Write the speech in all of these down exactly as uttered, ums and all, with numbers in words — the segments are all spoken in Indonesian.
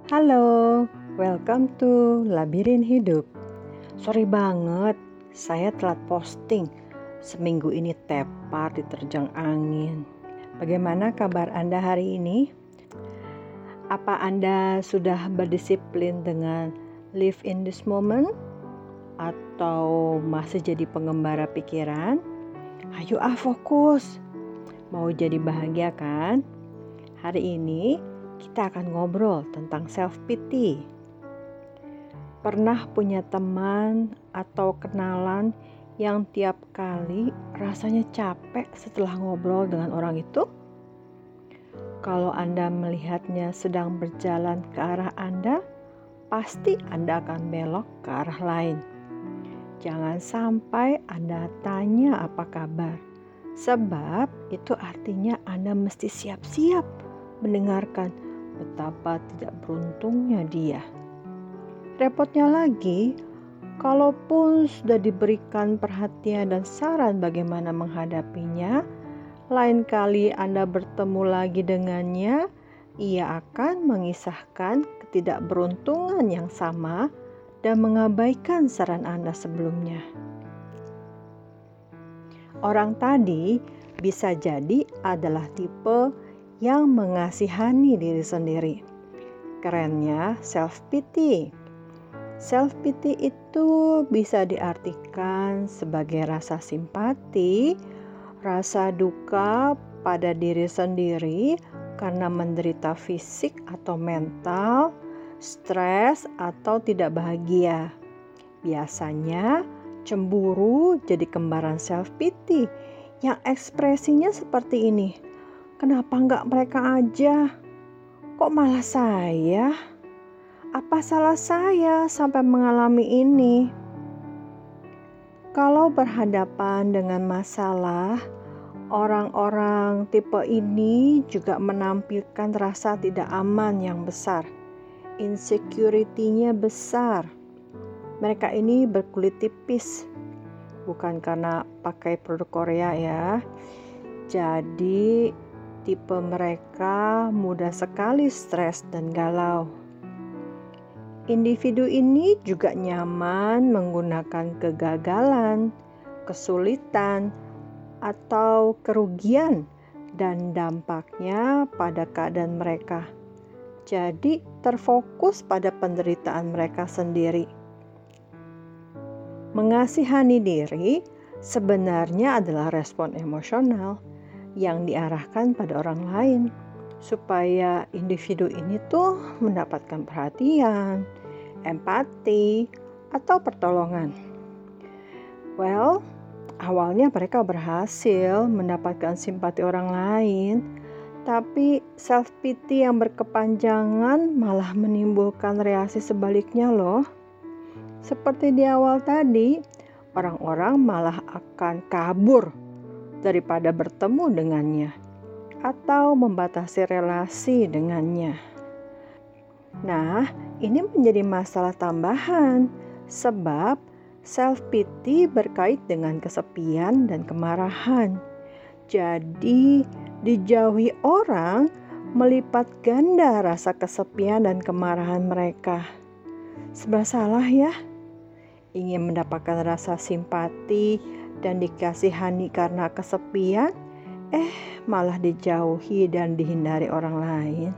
Halo, welcome to Labirin Hidup. Sorry banget, saya telat posting. Seminggu ini tepar diterjang angin. Bagaimana kabar Anda hari ini? Apa Anda sudah berdisiplin dengan live in this moment? Atau masih jadi pengembara pikiran? Ayo ah fokus. Mau jadi bahagia kan? Hari ini kita akan ngobrol tentang self-pity. Pernah punya teman atau kenalan yang tiap kali rasanya capek setelah ngobrol dengan orang itu? Kalau Anda melihatnya sedang berjalan ke arah Anda, pasti Anda akan belok ke arah lain. Jangan sampai Anda tanya apa kabar, sebab itu artinya Anda mesti siap-siap mendengarkan betapa tidak beruntungnya dia. Repotnya lagi, kalaupun sudah diberikan perhatian dan saran bagaimana menghadapinya, lain kali Anda bertemu lagi dengannya, ia akan mengisahkan ketidakberuntungan yang sama dan mengabaikan saran Anda sebelumnya. Orang tadi bisa jadi adalah tipe yang mengasihani diri sendiri. Kerennya self-pity. Self-pity itu bisa diartikan sebagai rasa simpati, rasa duka pada diri sendiri karena menderita fisik atau mental, stres atau tidak bahagia. Biasanya cemburu jadi kembaran self-pity yang ekspresinya seperti ini. Kenapa nggak mereka aja? Kok malah saya? Apa salah saya sampai mengalami ini? Kalau berhadapan dengan masalah, orang-orang tipe ini juga menampilkan rasa tidak aman yang besar. Insecurity-nya besar. Mereka ini berkulit tipis. Bukan karena pakai produk Korea ya. Jadi tipe mereka mudah sekali stres dan galau. Individu ini juga nyaman menggunakan kegagalan, kesulitan, atau kerugian dan dampaknya pada keadaan mereka. Jadi terfokus pada penderitaan mereka sendiri. Mengasihani diri sebenarnya adalah respon emosional yang diarahkan pada orang lain supaya individu ini tuh mendapatkan perhatian, empati, atau pertolongan. Well, awalnya mereka berhasil mendapatkan simpati orang lain, tapi self-pity yang berkepanjangan malah menimbulkan reaksi sebaliknya loh. Seperti di awal tadi, orang-orang malah akan kabur daripada bertemu dengannya atau membatasi relasi dengannya. Nah, ini menjadi masalah tambahan sebab self-pity berkait dengan kesepian dan kemarahan. Jadi, dijauhi orang melipat ganda rasa kesepian dan kemarahan mereka. Serba salah ya? Ingin mendapatkan rasa simpati dan dikasihani karena kesepian, eh malah dijauhi dan dihindari orang lain.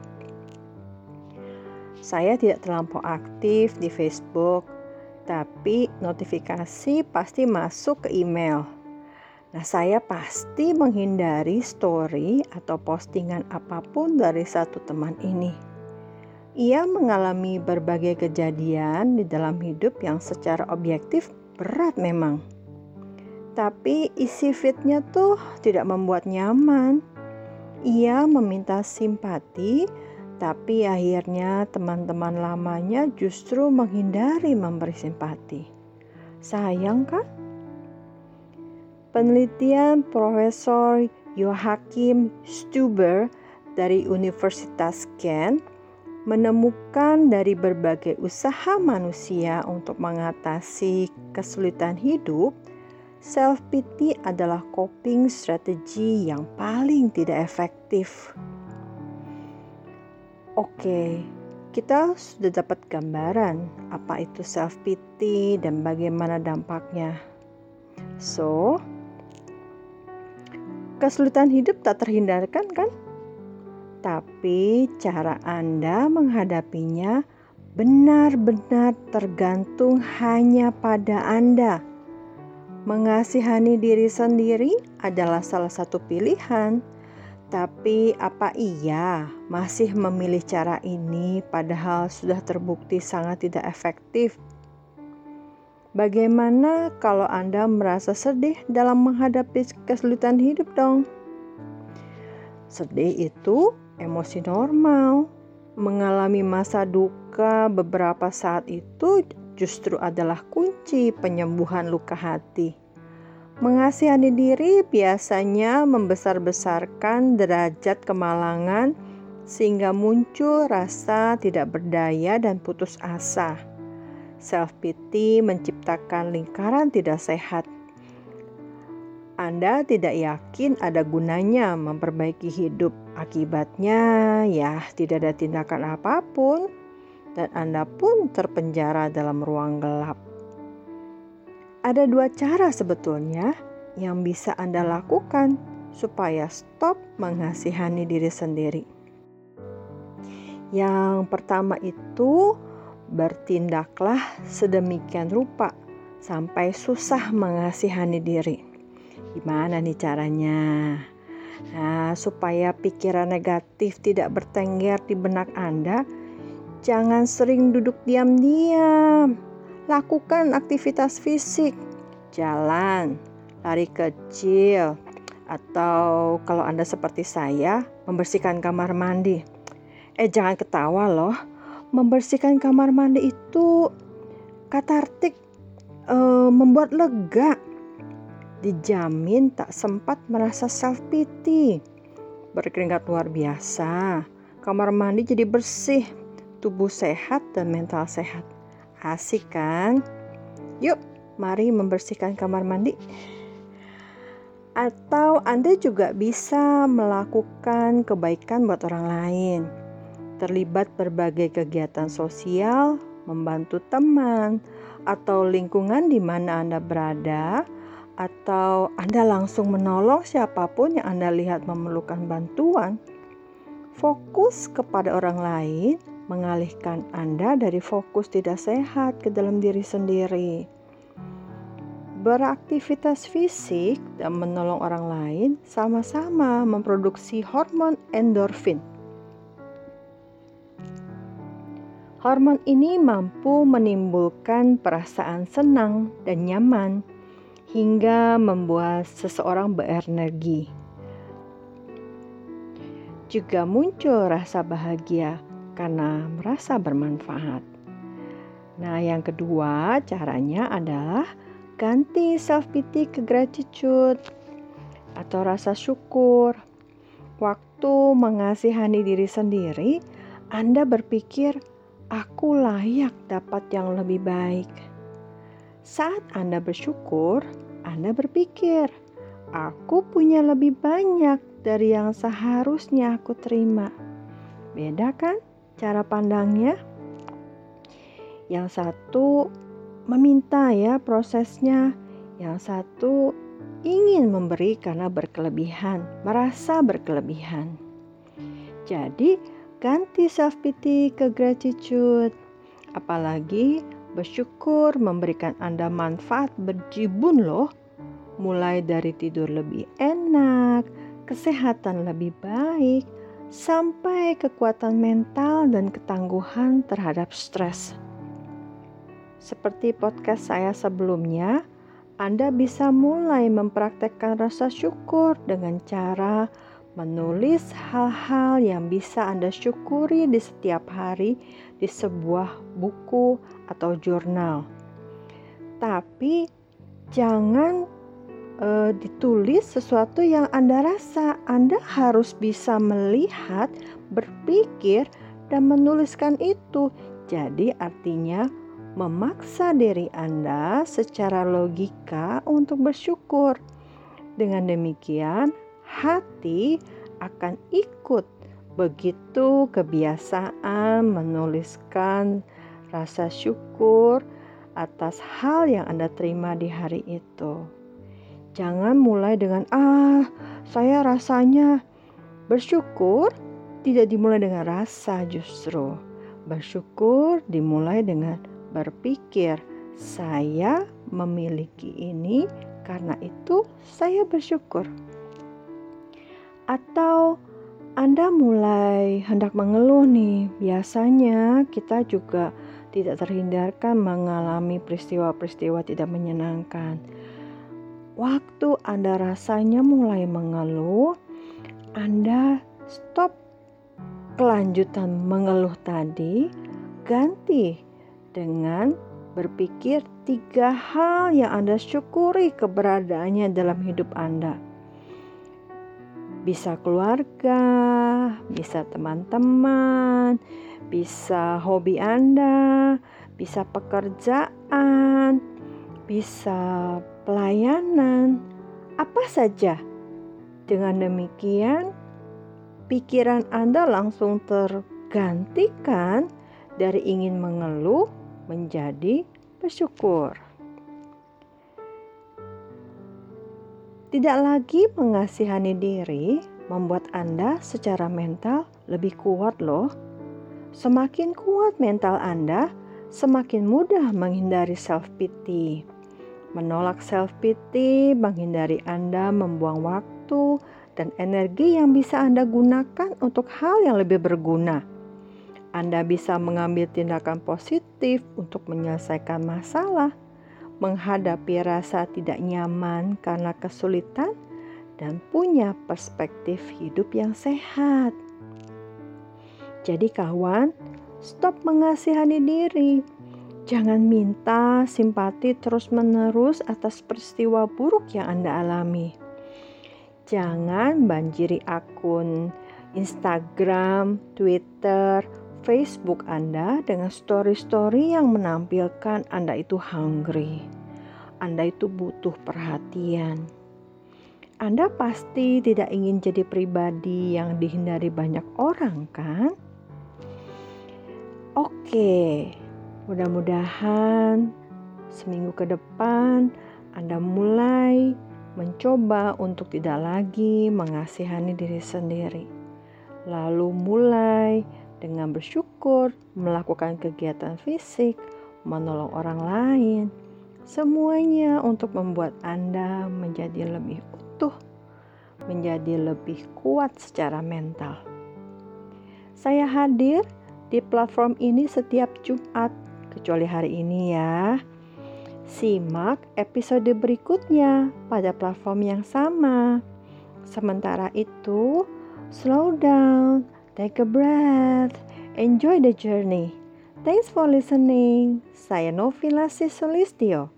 Saya tidak terlampau aktif di Facebook, tapi notifikasi pasti masuk ke email. Nah, saya pasti menghindari story atau postingan apapun dari satu teman ini. Ia mengalami berbagai kejadian di dalam hidup yang secara objektif berat memang. Tapi isi feed-nya tuh tidak membuat nyaman. Ia meminta simpati, tapi akhirnya teman-teman lamanya justru menghindari memberi simpati. Sayang kan? Penelitian Profesor Joachim Stuber dari Universitas Kent menemukan dari berbagai usaha manusia untuk mengatasi kesulitan hidup, self-pity adalah coping strategi yang paling tidak efektif. Oke, kita sudah dapat gambaran apa itu self pity dan bagaimana dampaknya. So, kesulitan hidup tak terhindarkan kan? Tapi cara Anda menghadapinya benar-benar tergantung hanya pada Anda. Mengasihani diri sendiri adalah salah satu pilihan. Tapi apa iya masih memilih cara ini padahal sudah terbukti sangat tidak efektif? Bagaimana kalau Anda merasa sedih dalam menghadapi kesulitan hidup dong? Sedih itu emosi normal. Mengalami masa duka beberapa saat itu justru adalah kunci penyembuhan luka hati. Mengasihani diri biasanya membesar-besarkan derajat kemalangan sehingga muncul rasa tidak berdaya dan putus asa. Self-pity menciptakan lingkaran tidak sehat. Anda tidak yakin ada gunanya memperbaiki hidup. Akibatnya ya tidak ada tindakan apapun dan Anda pun terpenjara dalam ruang gelap. Ada dua cara sebetulnya yang bisa Anda lakukan supaya stop mengasihani diri sendiri. Yang pertama itu, bertindaklah sedemikian rupa sampai susah mengasihani diri. Gimana nih caranya? Nah, supaya pikiran negatif tidak bertengger di benak Anda, jangan sering duduk diam-diam. Lakukan aktivitas fisik, jalan, lari kecil, atau kalau Anda seperti saya, membersihkan kamar mandi. Eh jangan ketawa loh, membersihkan kamar mandi itu katartik, eh, membuat lega. Dijamin tak sempat merasa self-pity. Berkeringat luar biasa, kamar mandi jadi bersih, tubuh sehat dan mental sehat. Asik kan? Yuk, mari membersihkan kamar mandi. Atau Anda juga bisa melakukan kebaikan buat orang lain. Terlibat berbagai kegiatan sosial, membantu teman, atau lingkungan di mana Anda berada, atau Anda langsung menolong siapapun yang Anda lihat memerlukan bantuan. Fokus kepada orang lain mengalihkan Anda dari fokus tidak sehat ke dalam diri sendiri. Beraktivitas fisik dan menolong orang lain sama-sama memproduksi hormon endorfin. Hormon ini mampu menimbulkan perasaan senang dan nyaman hingga membuat seseorang berenergi. Juga muncul rasa bahagia karena merasa bermanfaat. Nah, yang kedua caranya adalah ganti self-pity ke gratitude atau rasa syukur. Waktu mengasihani diri sendiri, Anda berpikir, aku layak dapat yang lebih baik. Saat Anda bersyukur, Anda berpikir, aku punya lebih banyak dari yang seharusnya aku terima. Beda kan cara pandangnya? Yang satu meminta ya prosesnya, yang satu ingin memberi karena berkelebihan, merasa berkelebihan. Jadi ganti self-pity ke gratitude. Apalagi bersyukur memberikan Anda manfaat berjibun loh. Mulai dari tidur lebih enak, kesehatan lebih baik, sampai kekuatan mental dan ketangguhan terhadap stres. Seperti podcast saya sebelumnya, Anda bisa mulai mempraktekkan rasa syukur dengan cara menulis hal-hal yang bisa Anda syukuri di setiap hari di sebuah buku atau jurnal. Tapi jangan uh, ditulis sesuatu yang Anda rasa. Anda harus bisa melihat, berpikir, dan menuliskan itu. Jadi artinya memaksa diri Anda secara logika untuk bersyukur. Dengan demikian, hati akan ikut Begitu kebiasaan menuliskan rasa syukur atas hal yang Anda terima di hari itu. Jangan mulai dengan, ah, saya rasanya bersyukur. Tidak dimulai dengan rasa justru. Bersyukur dimulai dengan berpikir, saya memiliki ini, karena itu saya bersyukur. Atau Anda mulai hendak mengeluh nih, biasanya kita juga tidak terhindarkan mengalami peristiwa-peristiwa tidak menyenangkan. Waktu Anda rasanya mulai mengeluh, Anda stop kelanjutan mengeluh tadi, ganti dengan berpikir tiga hal yang Anda syukuri keberadaannya dalam hidup Anda. Bisa keluarga, bisa teman-teman, bisa hobi Anda, bisa pekerjaan, bisa pelayanan, apa saja. Dengan demikian, pikiran Anda langsung tergantikan dari ingin mengeluh menjadi bersyukur. Tidak lagi mengasihani diri membuat Anda secara mental lebih kuat loh. Semakin kuat mental Anda, semakin mudah menghindari self-pity. Menolak self-pity, menghindari Anda membuang waktu dan energi yang bisa Anda gunakan untuk hal yang lebih berguna. Anda bisa mengambil tindakan positif untuk menyelesaikan masalah, menghadapi rasa tidak nyaman karena kesulitan, dan punya perspektif hidup yang sehat. Jadi kawan, stop mengasihani diri. Jangan minta simpati terus-menerus atas peristiwa buruk yang Anda alami. Jangan banjiri akun Instagram, Twitter, Facebook Anda dengan story-story yang menampilkan Anda itu hungry. Anda itu butuh perhatian. Anda pasti tidak ingin jadi pribadi yang dihindari banyak orang, kan? Oke, mudah-mudahan seminggu ke depan Anda mulai mencoba untuk tidak lagi mengasihani diri sendiri. Lalu mulai dengan bersyukur, melakukan kegiatan fisik, menolong orang lain. Semuanya untuk membuat Anda menjadi lebih utuh, menjadi lebih kuat secara mental. Saya hadir di platform ini setiap Jumat, kecuali hari ini ya. Simak episode berikutnya pada platform yang sama. Sementara itu, slow down. Take a breath. Enjoy the journey. Thanks for listening. Saya Novila Sisulistio.